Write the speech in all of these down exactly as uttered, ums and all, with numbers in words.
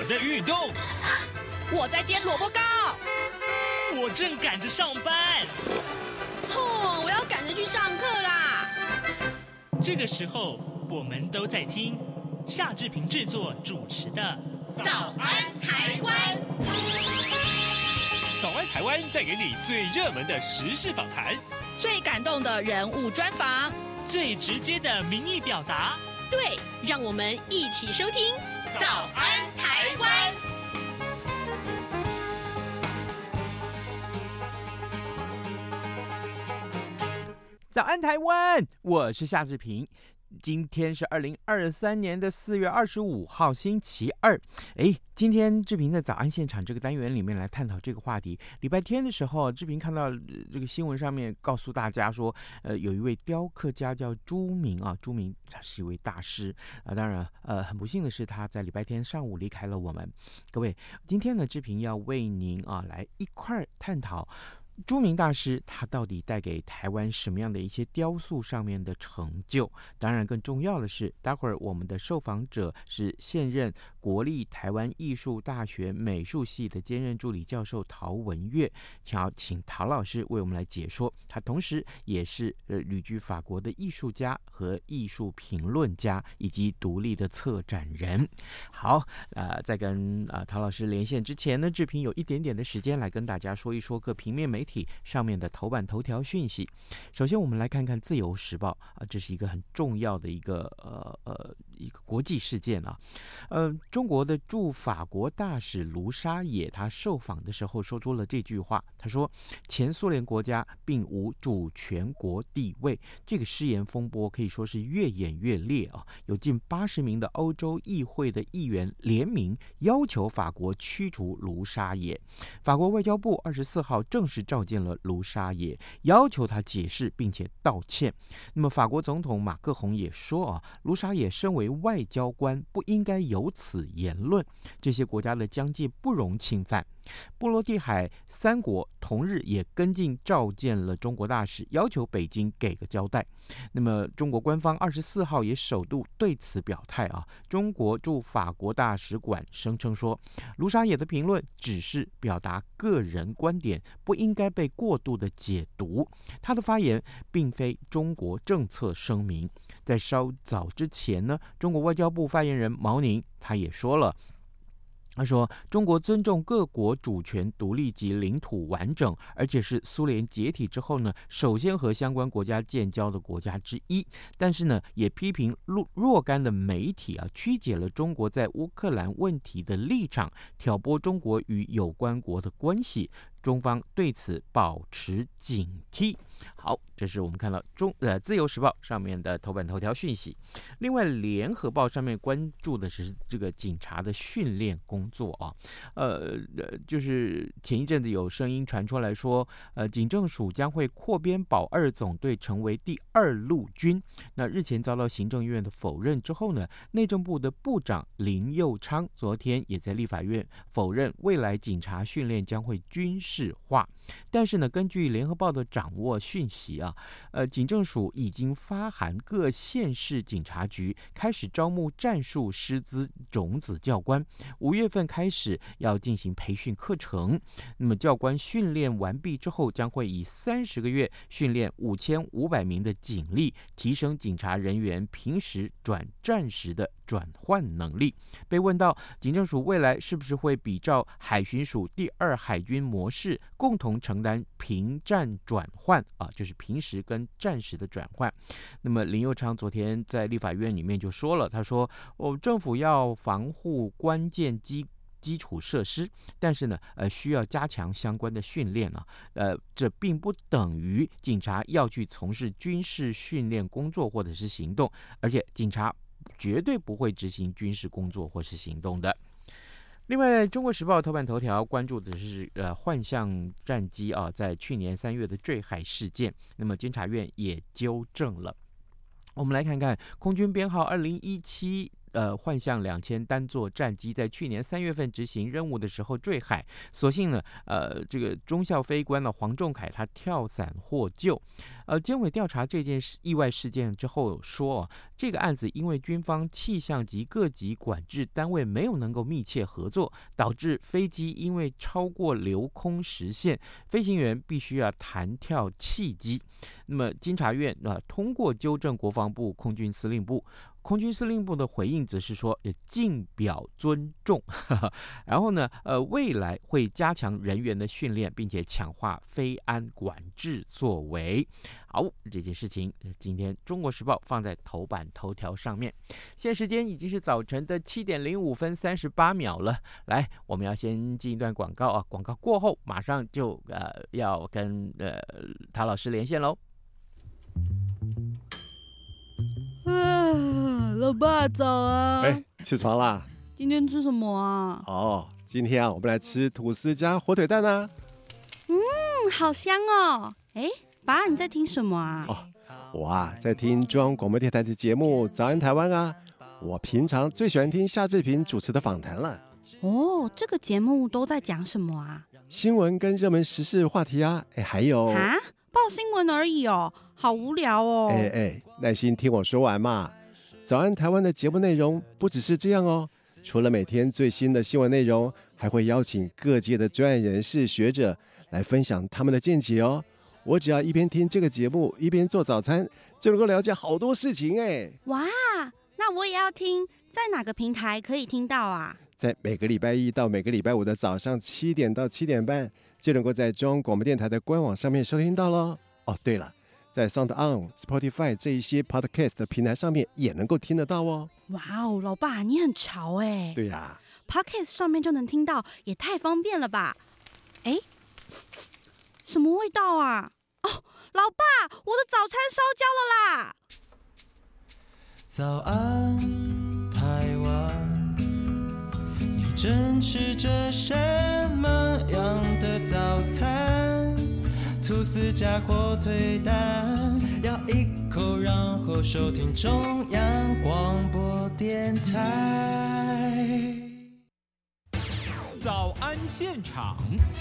我在运动， 我在煎萝卜糕， 我正赶着上班。 哦，我要赶着去上课啦。 这个时候，我们都在听夏志平制作主持的《 早安台湾》。 早安台湾带给你最热门的时事访谈， 最感动的人物专访， 最直接的民意表达。 对，让我们一起收听《早安台湾》。 早安台湾，我是夏志平。今天是二零二三年的四月二十五号，星期二。哎，今天志平在早安现场这个单元里面来探讨这个话题。礼拜天的时候，志平看到这个新闻上面告诉大家说，呃，有一位雕刻家叫朱明啊，朱明他是一位大师啊。当然，呃，很不幸的是他在礼拜天上午离开了我们。各位，今天呢，志平要为您啊来一块探讨。朱明大师他到底带给台湾什么样的一些雕塑上面的成就？当然更重要的是，待会儿我们的受访者是现任国立台湾艺术大学美术系的兼任助理教授陶文岳，想要请陶老师为我们来解说。他同时也是呃旅居法国的艺术家和艺术评论家，以及独立的策展人。好，呃，在跟呃陶老师连线之前呢，志平有一点点的时间来跟大家说一说各平面媒体媒体上面的头版头条讯息。首先我们来看看自由时报啊，这是一个很重要的一个呃呃一个国际事件啊。呃，中国的驻法国大使卢沙野他受访的时候说出了这句话，他说前苏联国家并无主权国地位。这个失言风波可以说是越演越烈啊，有近八十名的欧洲议会的议员联名要求法国驱逐卢沙野。法国外交部二十四号正式召见了卢沙野，要求他解释并且道歉。那么法国总统马克宏也说啊，卢沙野身为外交官不应该有此言论，这些国家的疆界不容侵犯。波罗的海三国同日也跟进召见了中国大使，要求北京给个交代。那么中国官方二十四号也首度对此表态啊，中国驻法国大使馆声称说，卢沙野的评论只是表达个人观点，不应该被过度的解读。他的发言并非中国政策声明。在稍早之前呢，中国外交部发言人毛宁他也说了，他说中国尊重各国主权独立及领土完整，而且是苏联解体之后呢首先和相关国家建交的国家之一。但是呢也批评若干的媒体啊曲解了中国在乌克兰问题的立场，挑拨中国与有关国的关系，中方对此保持警惕。好，这是我们看到中呃自由时报上面的头版头条讯息。另外联合报上面关注的是这个警察的训练工作啊，呃就是前一阵子有声音传出来说，呃警政署将会扩编保二总队成为第二陆军。那日前遭到行政院的否认之后呢，内政部的部长林右昌昨天也在立法院否认未来警察训练将会军事化。但是呢，根据联合报的掌握讯息啊，呃，警政署已经发函各县市警察局，开始招募战术师资种子教官，五月份开始要进行培训课程。那么教官训练完毕之后，将会以三十个月训练五千五百名的警力，提升警察人员平时转战时的转换能力。被问到警政署未来是不是会比照海巡署第二海军模式，共同承担平战转换啊，就是平时跟战时的转换。那么林右昌昨天在立法院里面就说了，他说哦，政府要防护关键基基础设施，但是呢，呃，需要加强相关的训练啊，呃，这并不等于警察要去从事军事训练工作或者是行动，而且警察绝对不会执行军事工作或是行动的。另外，《中国时报》头版头条关注的是呃幻象战机啊，在去年三月的坠海事件，那么监察院也纠正了。我们来看看空军编号二零一七呃幻象两千单座战机在去年三月份执行任务的时候坠海，所幸呢，呃，这个中校飞官呢黄仲凯他跳伞获救。呃，监委调查这件意外事件之后说、哦，这个案子因为军方气象及各级管制单位没有能够密切合作，导致飞机因为超过留空时限，飞行员必须要弹跳弃机。那么监察院啊、呃、通过纠正国防部空军司令部。空军司令部的回应则是说，也敬表尊重，呵呵然后呢，呃，未来会加强人员的训练，并且强化飞安管制作为。好，这件事情今天《中国时报》放在头版头条上面。现在时间已经是早晨的七点零五分三十八秒了。来，我们要先进一段广告啊，广告过后马上就呃要跟呃陶老师连线喽。 啊，老爸早啊！ 哎，起床啦！ 今天吃什么啊？ 哦，今天啊，我们来吃吐司加火腿蛋啊。 嗯，好香哦！哎，爸，你在听什么啊？ 哦，我啊在听中央广播电台的节目《早安台湾》啊。我平常最喜欢听夏志平主持的访谈了。 哦，这个节目都在讲什么啊？ 新闻跟热门时事话题啊，哎，还有啊，报新闻而已哦。好无聊哦！ 哎哎，耐心听我说完嘛。早安台湾的节目内容不只是这样哦，除了每天最新的新闻内容，还会邀请各界的专业人士、学者来分享他们的见解哦。我只要一边听这个节目，一边做早餐，就能够了解好多事情哎。 哇，那我也要听，在哪个平台可以听到啊？ 在每个礼拜一到每个礼拜五的早上七点到七点半，就能够在中央广播电台的官网上面收听到咯。哦，对了。在 SoundOn、Spotify 这一些 Podcast 的平台上面也能够听得到哦。 哇哦，老爸你很潮哎！ 对呀、啊、 ，Podcast 上面就能听到，也太方便了吧？哎，什么味道啊？哦，老爸，我的早餐烧焦了啦！ 早安，台湾，你正吃着什么样的早餐？吐司加火腿蛋，咬一口，然后收听中央广播电台。 早安现场，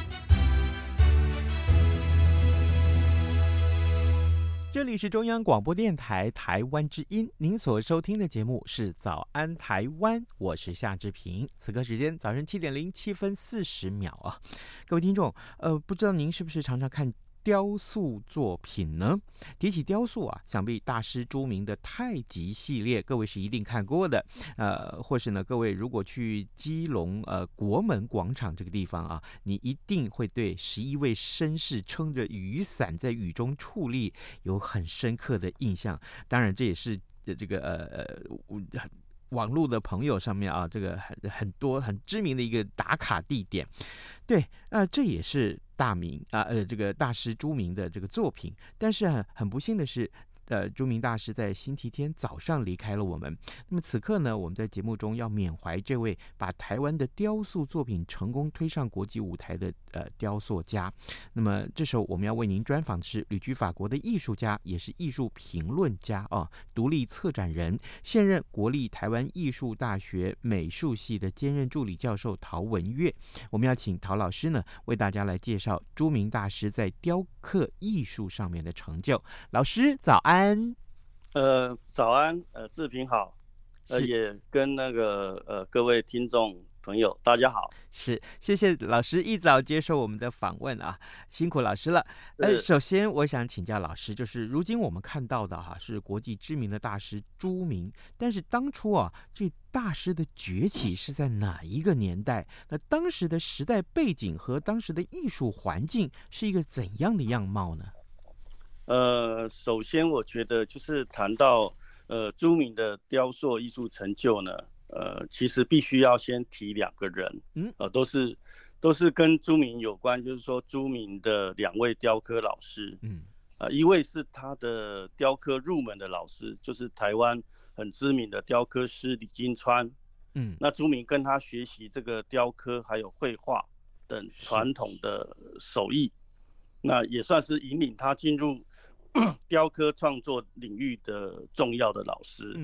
这里是中央广播电台台湾之音，您所收听的节目是早安台湾，我是夏志平。此刻时间早上七点零七分四十秒啊，各位听众，呃，不知道您是不是常常看雕塑作品呢？提起雕塑啊，想必大师朱铭的太极系列，各位是一定看过的。呃，或是呢，各位如果去基隆呃国门广场这个地方啊，你一定会对十一位绅士撑着雨伞在雨中矗立有很深刻的印象。当然，这也是这个呃呃。网络的朋友上面啊，这个很很多很知名的一个打卡地点，对，呃，这也是大明啊，呃，这个大师朱铭的这个作品。但是很很不幸的是，呃，朱铭大师在星期天早上离开了我们。那么此刻呢，我们在节目中要缅怀这位把台湾的雕塑作品成功推上国际舞台的呃雕塑家。那么这时候我们要为您专访的是旅居法国的艺术家，也是艺术评论家啊，独立策展人，现任国立台湾艺术大学美术系的兼任助理教授陶文岳。我们要请陶老师呢为大家来介绍朱铭大师在雕刻艺术上面的成就。老师早安。 呃，早安，呃，志平好，呃，也跟那个呃各位听众朋友大家好。 是，谢谢老师一早接受我们的访问啊，辛苦老师了。呃，首先我想请教老师，就是如今我们看到的哈、啊、是国际知名的大师朱铭，但是当初啊这大师的崛起是在哪一个年代？那当时的时代背景和当时的艺术环境是一个怎样的样貌呢？ 呃，首先我觉得就是谈到呃朱铭的雕塑艺术成就呢，呃，其实必须要先提两个人，嗯，呃，都是都是跟朱铭有关，就是说朱铭的两位雕刻老师，嗯，呃，一位是他的雕刻入门的老师，就是台湾很知名的雕刻师李金川，嗯，那朱铭跟他学习这个雕刻还有绘画等传统的手艺，那也算是引领他进入雕刻创作领域的重要的老师。嗯，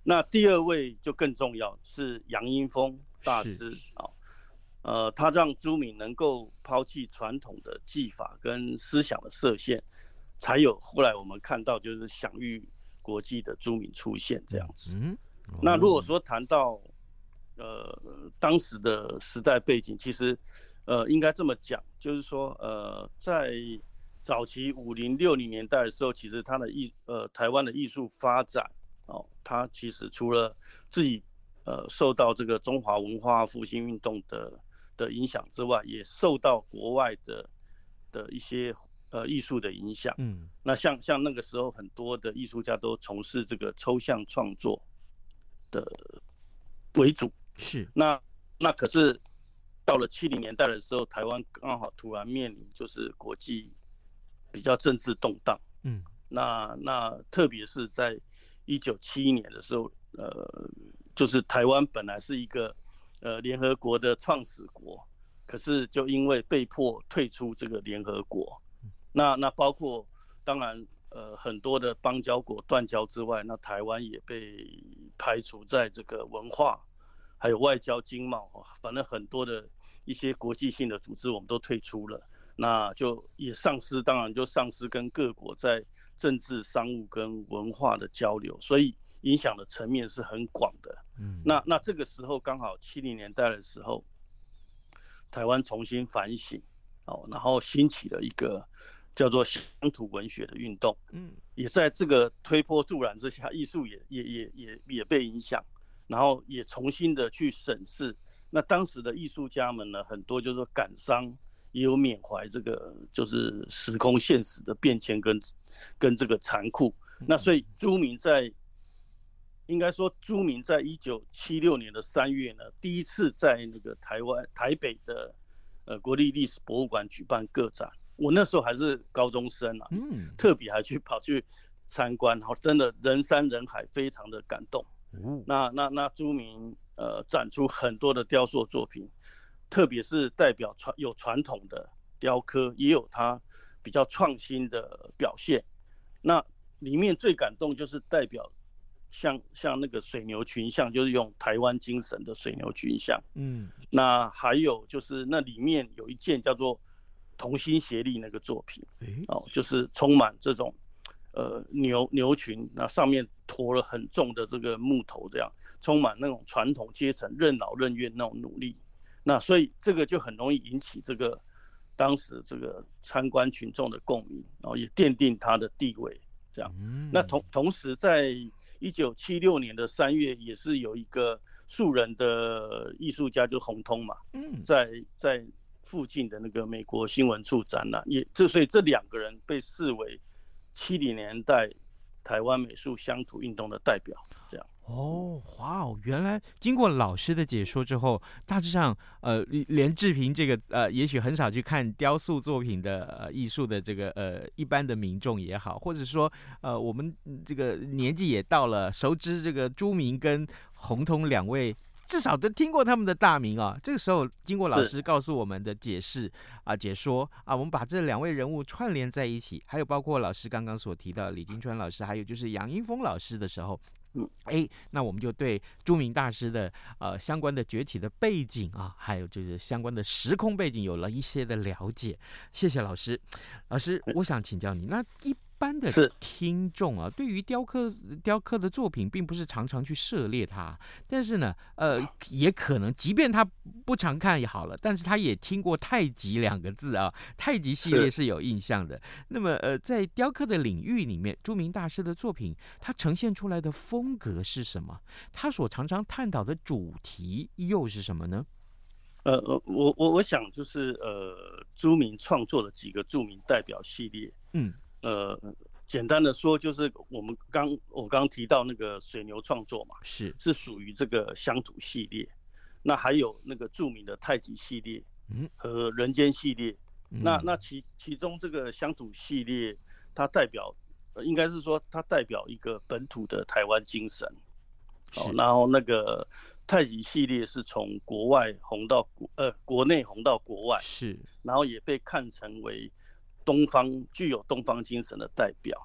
那第二位就更重要，是杨英风大师啊。呃，他让朱铭能够抛弃传统的技法跟思想的设限，才有后来我们看到就是享誉国际的朱铭出现这样子。嗯哦、那如果说谈到呃当时的时代背景，其实呃应该这么讲，就是说呃在早期五零六零年代的时候，其实他的艺呃台湾的艺术发展哦，他其实除了自己呃受到这个中华文化复兴运动的的影响之外，也受到国外的的一些呃艺术的影响。嗯，那像像那个时候很多的艺术家都从事这个抽象创作的为主。 是， 那那可是到了七零年代的时候，台湾刚好突然面临就是国际比较政治动荡。嗯，那那特别是在一九七一年的时候，呃，就是台湾本来是一个呃，联合国的创始国，可是就因为被迫退出这个联合国，那那包括当然呃很多的邦交国断交之外，那台湾也被排除在这个文化还有外交经贸，反正很多的一些国际性的组织我们都退出了，那就也丧失，当然就丧失跟各国在政治、商务跟文化的交流，所以影响的层面是很广的。嗯，那那这个时候刚好七零年代的时候，台湾重新反省，哦，然后兴起了一个叫做乡土文学的运动。嗯，也在这个推波助澜之下，艺术也也也也也被影响，然后也重新的去审视。那当时的艺术家们呢，很多就是说感伤，也有缅怀这个就是时空现实的变迁跟跟这个残酷。那所以朱铭在应该说，朱铭在一九七六年的三月呢，第一次在那个台湾台北的呃国立历史博物馆举办个展。我那时候还是高中生啊，嗯，特别还去跑去参观，然后真的人山人海，非常的感动。嗯、那那那朱铭呃展出很多的雕塑作品，特别是代表传有传统的雕刻，也有他比较创新的表现。那里面最感动就是代表。像像那个水牛群像，就是用台湾精神的水牛群像。嗯，那还有就是那里面有一件叫做同心协力那个作品，哦，就是充满这种呃牛牛群，那上面驮了很重的这个木头，这样充满那种传统阶层任劳任怨那种努力。那所以这个就很容易引起这个当时这个参观群众的共鸣，然后也奠定他的地位。这样，嗯、那同同时在一九七六年的三月，也是有一个素人的艺术家，就洪通嘛，嗯、在在附近的那个美国新闻处展览，也这所以这两个人被视为七零年代台湾美术乡土运动的代表，这样。 哦，哇哦！原来经过老师的解说之后，大致上，呃，连志平这个呃，也许很少去看雕塑作品的呃艺术的这个呃一般的民众也好，或者说呃我们这个年纪也到了，熟知这个朱铭跟洪通两位，至少都听过他们的大名啊。这个时候，经过老师告诉我们的解释啊、解说啊，我们把这两位人物串联在一起，还有包括老师刚刚所提到李金川老师，还有就是杨英风老师的时候。哎，那我们就对朱铭大师的呃相关的崛起的背景啊，还有就是相关的时空背景有了一些的了解。谢谢老师。老师，我想请教你，那一般的听众啊，对于雕刻雕刻的作品，并不是常常去涉猎它，但是呢，呃，也可能即便他不常看也好了，但是他也听过太极两个字啊，太极系列是有印象的。那么呃，在雕刻的领域里面，朱铭大师的作品，他呈现出来的风格是什么？他所常常探讨的主题又是什么呢？ 呃，我我我想就是呃，朱铭创作的几个著名代表系列，嗯。呃，简单的说，就是我们刚我刚提到那个水牛创作嘛， 是是属于这个乡土系列。那还有那个著名的太极系列，嗯，和人间系列。嗯、那那其其中这个乡土系列，它代表，呃、应该是说它代表一个本土的台湾精神。哦，然后那个太极系列是从国外红到国呃国内红到国外， 是， 然后也被看成为东方具有东方精神的代表。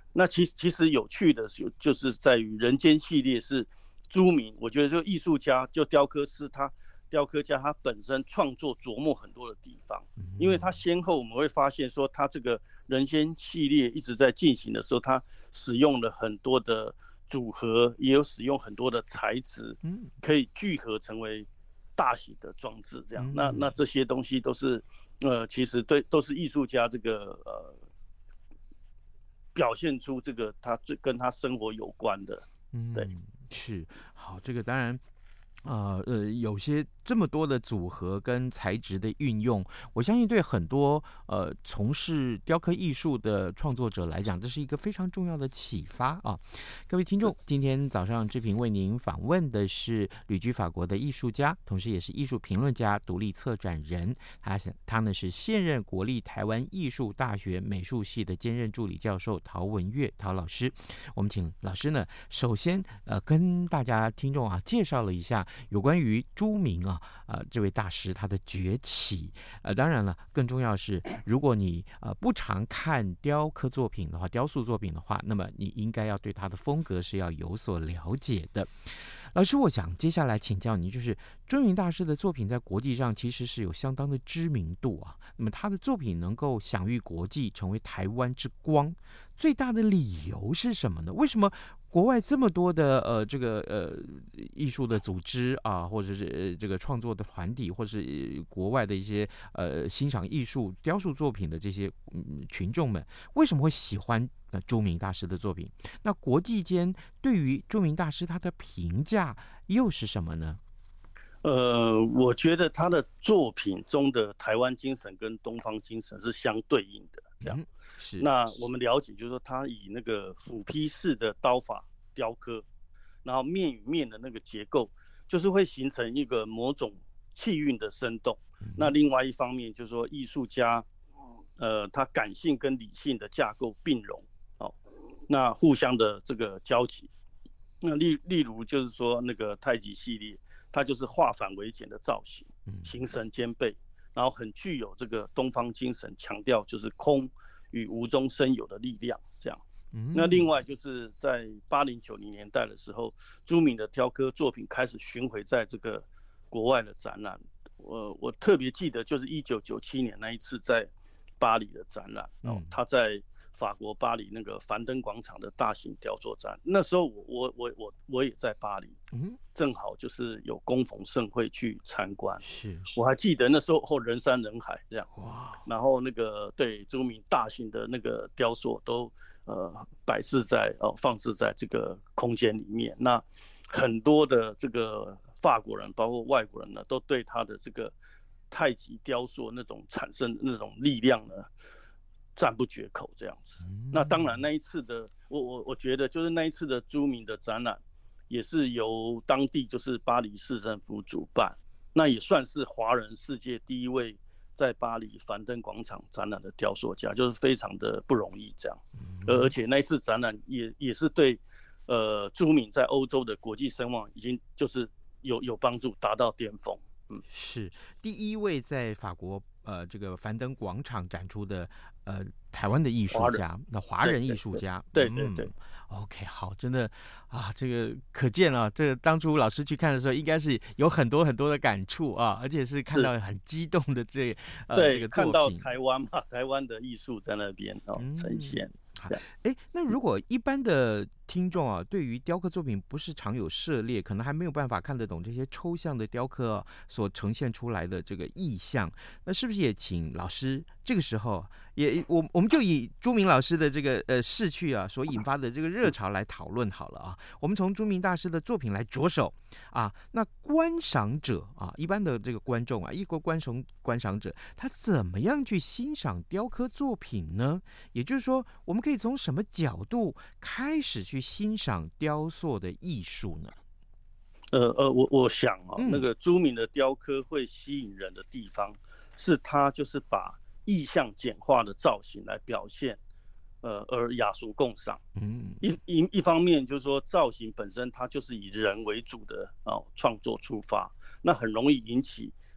那其其实有趣的就就是在于人间系列是朱铭，我觉得就艺术家就雕刻师他雕刻家他本身创作琢磨很多的地方，因为他先后我们会发现说他这个人间系列一直在进行的时候，他使用了很多的组合，也有使用很多的材质，可以聚合成为大型的装置这样。那那这些东西都是呃其实对都是艺术家这个呃表现出这个他最跟他生活有关的。对， 嗯，是好，这个当然。呃呃，有些这么多的组合跟材质的运用，我相信对很多呃从事雕刻艺术的创作者来讲，这是一个非常重要的启发啊！各位听众，今天早上志平为您访问的是旅居法国的艺术家，同时也是艺术评论家、独立策展人。他他呢是现任国立台湾艺术大学美术系的兼任助理教授陶文岳陶老师。我们请老师呢，首先呃跟大家听众啊介绍了一下。有关于朱铭啊，呃，这位大师他的崛起，呃，当然了，更重要的是，如果你呃不常看雕刻作品的话，雕塑作品的话，那么你应该要对他的风格是要有所了解的。老师，我想接下来请教您，就是朱铭大师的作品在国际上其实是有相当的知名度啊。那么他的作品能够享誉国际，成为台湾之光，最大的理由是什么呢？为什么国外这么多的呃这个呃艺术的组织啊，或者是、呃、这个创作的团体，或是、呃、国外的一些呃欣赏艺术雕塑作品的这些、嗯、群众们，为什么会喜欢呃朱铭大师的作品？那国际间对于朱铭大师他的评价又是什么呢？ 呃，我觉得他的作品中的台湾精神跟东方精神是相对应的，这样。嗯、是。那我们了解，就是说他以那个斧劈式的刀法雕刻，然后面与面的那个结构，就是会形成一个某种气韵的生动。嗯、那另外一方面，就是说艺术家，呃，他感性跟理性的架构并容，哦，那互相的这个交集。那例例如就是说那个太极系列。它就是化繁为简的造型，形神兼备，然后很具有这个东方精神，强调就是空与无中生有的力量，这样。那另外就是在八零九零年代的时候，朱铭的雕刻作品开始巡回在这个国外的展览。我我特别记得就是一九九七年那一次在巴黎的展览，哦，他在法国巴黎那个凡登广场的大型雕塑展，那时候我我我我我也在巴黎，嗯，正好就是有恭逢盛会去参观，是，我还记得那时候后人山人海这样，哇，然后那个对朱铭大型的那个雕塑都呃摆置在哦放置在这个空间里面，那很多的这个法国人包括外国人呢，都对他的这个太极雕塑那种产生的那种力量呢。赞不绝口这样子，那当然那一次的我我我觉得就是那一次的朱铭的展览，也是由当地就是巴黎市政府主办，那也算是华人世界第一位在巴黎凡登广场展览的雕塑家，就是非常的不容易这样，而且那一次展览也也是对呃朱铭在欧洲的国际声望已经就是有有帮助，达到巅峰。嗯， 是第一位在法国呃这个凡登广场展出的呃台湾的艺术家，那华人艺术家， 对对 对, 对、 嗯、OK 好，真的啊，这个可见啊，这个当初老师去看的时候，应该是有很多很多的感触啊，而且是看到很激动的这呃对这个作品， 看到台湾嘛，台湾的艺术在那边哦、嗯、呈现。 哎，那如果一般的听众啊，对于雕刻作品不是常有涉猎，可能还没有办法看得懂这些抽象的雕刻、啊、所呈现出来的这个意象，那是不是也请老师这个时候也我我们就以朱铭老师的这个呃逝去啊所引发的这个热潮来讨论好了啊？我们从朱铭大师的作品来着手啊，那观赏者啊，一般的这个观众啊，一个观赏观赏者，他怎么样去欣赏雕刻作品呢？也就是说，我们可以从什么角度开始去欣赏雕塑的艺术呢？ 呃呃，我我想啊、哦嗯，那个朱铭的雕刻会吸引人的地方，是他就是把意象简化的造型来表现，呃，而雅俗共赏。嗯，一一一方面就是说造型本身它就是以人为主的哦创作出发，那很容易引起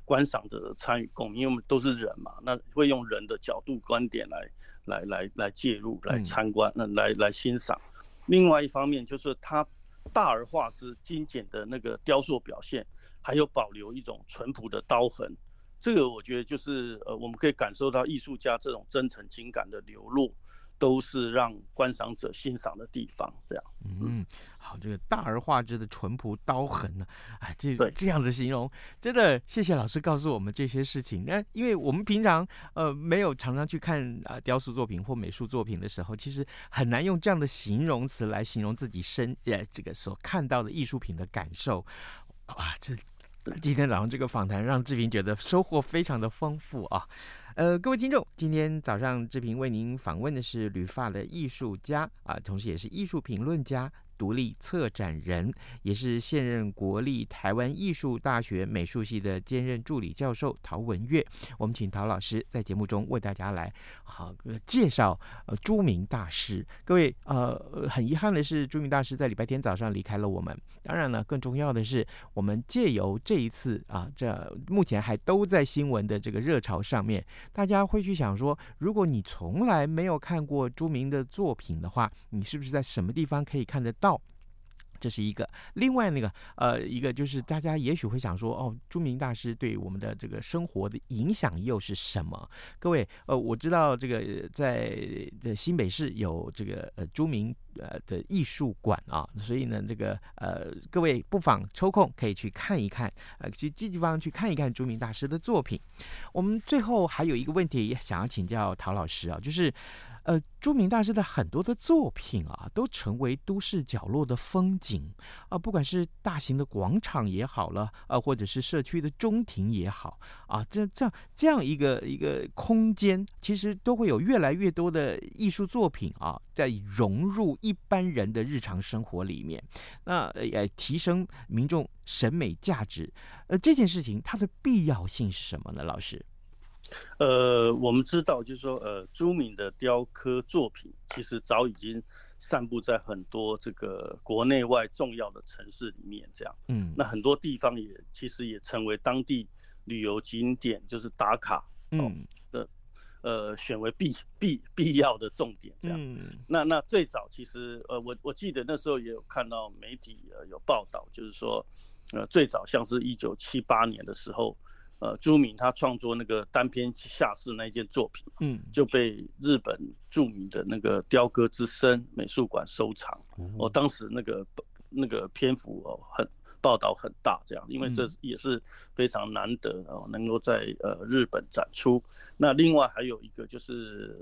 观赏的参与共鸣，因为我们都是人嘛，那会用人的角度观点来来来来介入，来参观，那、嗯、来来欣赏。另外一方面就是它大而化之、精简的那个雕塑表现，还有保留一种淳朴的刀痕，这个我觉得就是呃，我们可以感受到艺术家这种真诚情感的流露。都是让观赏者欣赏的地方，这样。 嗯，好，这个大而化之的淳朴刀痕呢，啊，这这样的形容，真的谢谢老师告诉我们这些事情。那因为我们平常呃没有常常去看啊、呃、雕塑作品或美术作品的时候，其实很难用这样的形容词来形容自己身呃这个所看到的艺术品的感受。哇，这今天早上这个访谈让志平觉得收获非常的丰富啊。呃，各位听众，今天早上志平为您访问的是旅发的艺术家啊，同时也是艺术评论家、独立策展人，也是现任国立台湾艺术大学美术系的兼任助理教授陶文岳。我们请陶老师在节目中为大家来啊介绍呃朱明大师。各位呃，很遗憾的是，朱明大师在礼拜天早上离开了我们。当然呢，更重要的是，我们借由这一次啊，这目前还都在新闻的这个热潮上面，大家会去想说，如果你从来没有看过朱明的作品的话，你是不是在什么地方可以看得到？这是一个。另外那个呃，一个就是大家也许会想说，哦，朱明大师对我们的这个生活的影响又是什么？各位，呃，我知道这个在新北市有这个呃朱明呃的艺术馆啊，所以呢，这个呃各位不妨抽空可以去看一看，呃，去这地方去看一看朱明大师的作品。我们最后还有一个问题想要请教陶老师啊，就是。呃，朱明大师的很多的作品啊，都成为都市角落的风景啊，不管是大型的广场也好了，啊，或者是社区的中庭也好啊，这这样这样一个一个空间，其实都会有越来越多的艺术作品啊，在融入一般人的日常生活里面，那呃提升民众审美价值。呃，这件事情它的必要性是什么呢？老师？ 呃，我们知道，就是说，呃，朱明的雕刻作品其实早已经散布在很多这个国内外重要的城市里面，这样，嗯，那很多地方也其实也成为当地旅游景点，就是打卡，嗯的，呃，选为必必必要的重点，这样。嗯、那那最早其实，呃，我我记得那时候也有看到媒体呃有报道，就是说，呃，最早像是一九七八年的时候。呃，朱明他创作那个单篇下士那一件作品，嗯，就被日本著名的那个雕刻之森美术馆收藏。哦，当时那个那个篇幅哦，很报道很大，这样，因为这也是非常难得哦，能够在呃日本展出。那另外还有一个就是，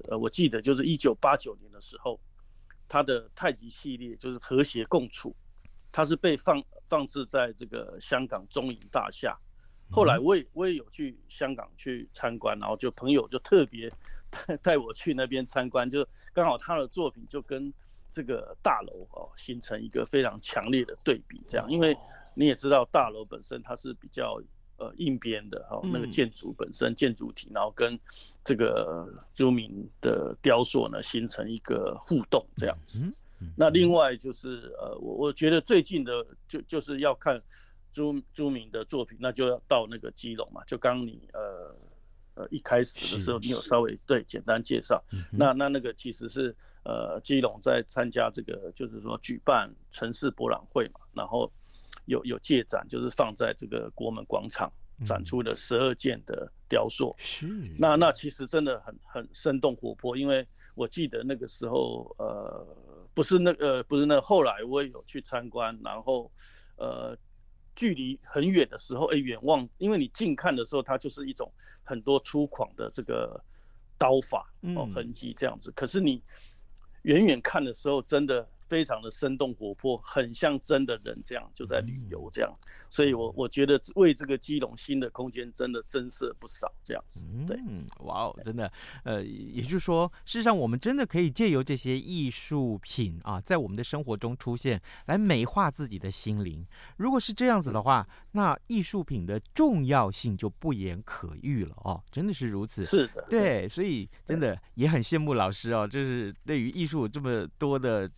呃，我记得就是一九八九年的时候，他的太极系列就是和谐共处，它是被放放置在这个香港中影大厦。后来我也我也有去香港去参观，然后就朋友就特别带带我去那边参观，就刚好他的作品就跟这个大楼哦形成一个非常强烈的对比，这样，因为你也知道大楼本身它是比较呃硬边的哈、哦，那个建筑本身建筑体，然后跟这个朱明的雕塑呢形成一个互动这样子。那另外就是呃我我觉得最近的就就是要看。朱朱明的作品，那就要到那个基隆嘛。就刚你呃呃一开始的时候，你有稍微对简单介绍。嗯、那那那个其实是呃基隆在参加这个，就是说举办城市博览会嘛，然后有有借展，就是放在这个国门广场展出的十二件的雕塑。是、嗯。那那其实真的很很生动活泼，因为我记得那个时候呃不是那个、呃、不是那个后来我也有去参观，然后呃。距离很远的时候，哎，远望，因为你近看的时候，它就是一种很多粗犷的这个刀法哦痕迹这样子。可是你远远看的时候，真的非常的生动活泼，很像真的人这样就在旅游这样。所以我我觉得为这个基隆新的空间真的增色不少这样子。对， 嗯，哇哦，真的，呃，也就是说，事实上我们真的可以借由这些艺术品啊，在我们的生活中出现，来美化自己的心灵。如果是这样子的话，那艺术品的重要性就不言可喻了哦，真的是如此。 是的， 对，所以真的也很羡慕老师哦，就是对于艺术有这么多的这么深。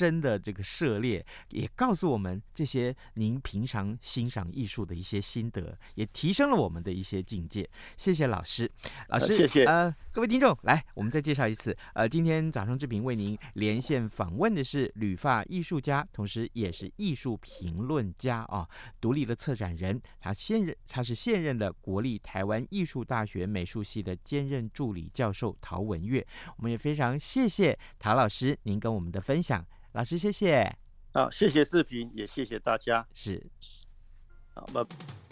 深的这个涉猎，也告诉我们这些您平常欣赏艺术的一些心得，也提升了我们的一些境界。谢谢老师，老师， 呃、谢谢。 呃，各位听众，来，我们再介绍一次。呃，今天早上志平为您连线访问的是旅发艺术家，同时也是艺术评论家啊，独立的策展人。他现任他是现任的国立台湾艺术大学美术系的兼任助理教授陶文岳。我们也非常谢谢陶老师您跟我们的分享，老师谢谢。 好，谢谢志平，也谢谢大家。 是， 好，拜拜。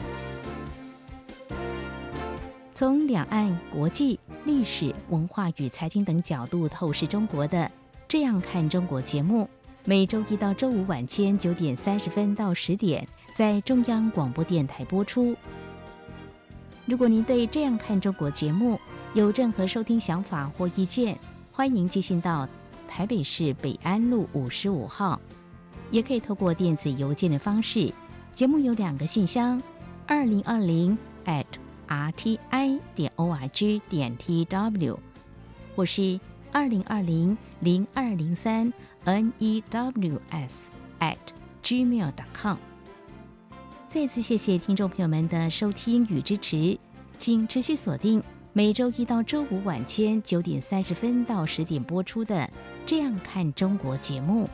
从两岸、国际、历史、文化与财经等角度透视中国的《这样看中国》节目，每周一到周五晚间九点三十分到十点，在中央广播电台播出。如果您对《这样看中国》节目有任何收听想法或意见，欢迎寄信到台北市北安路五十五号，也可以透过电子邮件的方式。节目有两个信箱：二零二零 at r t i 点 o r g 点 t w， 或是二零二零零二零三 n e w s at gmail 点 com。 再次谢谢听众朋友们的收听与支持，请持续锁定每周一到周五晚间九点三十分到十点播出的《这样看中国》节目。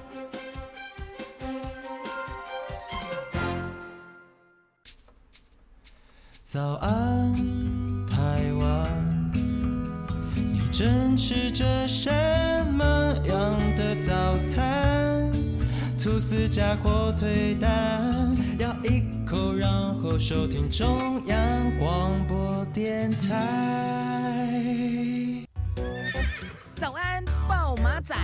早安，台湾，你正吃着什么样的早餐？吐司加火腿蛋，咬一口，然后收听中央广播电台。 早安，暴马仔。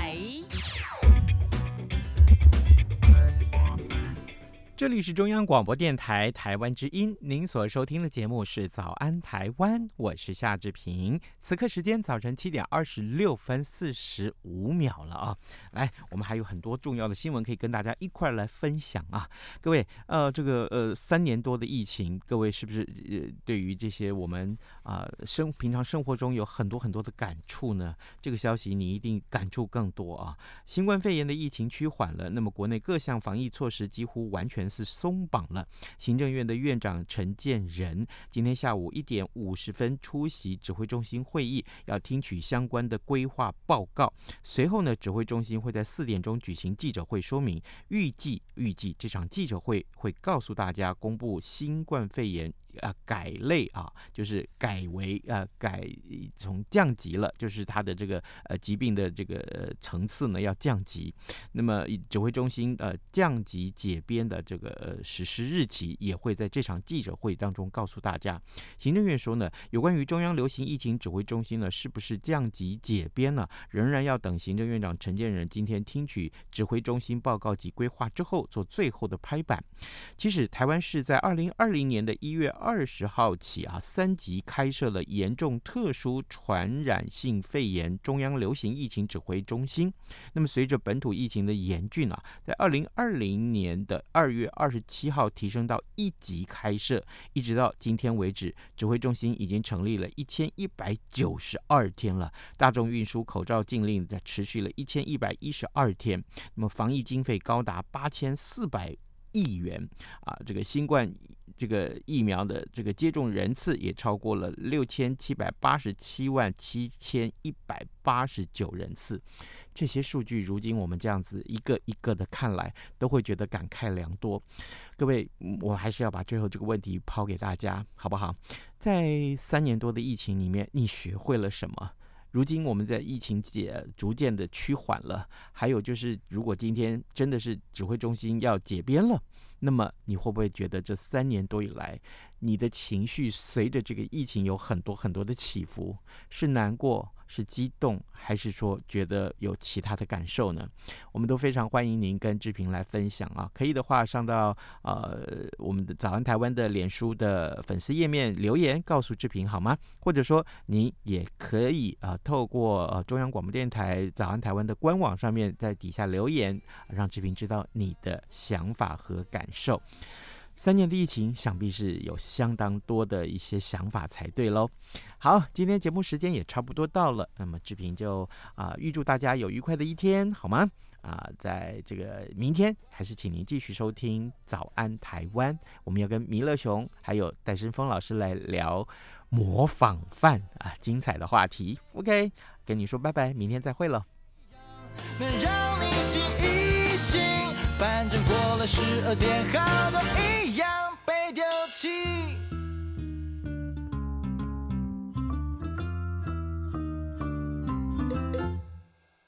这里是中央广播电台台湾之音，您所收听的节目是早安台湾，我是夏志平。此刻时间早晨七点二十六分四十五秒了啊！来，我们还有很多重要的新闻可以跟大家一块来分享啊！各位，呃，这个呃三年多的疫情，各位是不是呃对于这些我们啊、呃、生平常生活中有很多很多的感触呢？这个消息你一定感触更多啊！新冠肺炎的疫情趋缓了，那么国内各项防疫措施几乎完全是松绑了。行政院的院长陈建仁今天下午一点五十分出席指挥中心会议，要听取相关的规划报告。随后呢，指挥中心会在四点钟举行记者会说明，预计预计这场记者会会告诉大家公布新冠肺炎啊、呃、改类啊，就是改为呃改从降级了，就是它的这个呃疾病的这个、呃、层次呢要降级。那么指挥中心呃降级解编的这个、呃、实施日期也会在这场记者会当中告诉大家。行政院说呢，有关于中央流行疫情指挥中心呢是不是降级解编呢，仍然要等行政院长陈建仁今天听取指挥中心报告及规划之后做最后的拍板。其实台湾是在二零二零年的一月二十号起啊，三级开设了严重特殊传染性肺炎中央流行疫情指挥中心。那么随着本土疫情的严峻啊，在二零二零年的二月二十七号提升到一级开设，一直到今天为止，指挥中心已经成立了一千一百九十二天了。大众运输口罩禁令持续了一千一百一十二天，那么防疫经费高达八千四百亿元啊，这个新冠这个疫苗的这个接种人次也超过了六千七百八十七万七千一百八十九人次。这些数据如今我们这样子一个一个的看来，都会觉得感慨良多。各位，我还是要把最后这个问题抛给大家，好不好？在三年多的疫情里面，你学会了什么？如今我们在疫情解逐渐的趋缓了，还有就是如果今天真的是指挥中心要解编了，那么你会不会觉得这三年多以来你的情绪随着这个疫情有很多很多的起伏，是难过，是激动，还是说觉得有其他的感受呢？我们都非常欢迎您跟志平来分享啊！可以的话上到呃我们的早安台湾的脸书的粉丝页面留言告诉志平好吗？或者说您也可以啊、呃、透过呃中央广播电台早安台湾的官网上面在底下留言，让志平知道你的想法和感受。 三年的疫情，想必是有相当多的一些想法才对喽。好，今天节目时间也差不多到了，那么志平就啊、呃、预祝大家有愉快的一天，好吗？啊、呃，在这个明天还是请您继续收听早安台湾，我们要跟弥勒熊还有戴胜峰老师来聊模仿犯啊，精彩的话题。OK， 跟你说拜拜，明天再会了。 能让你醒一醒，反正过了十二点，好多一样被丢弃。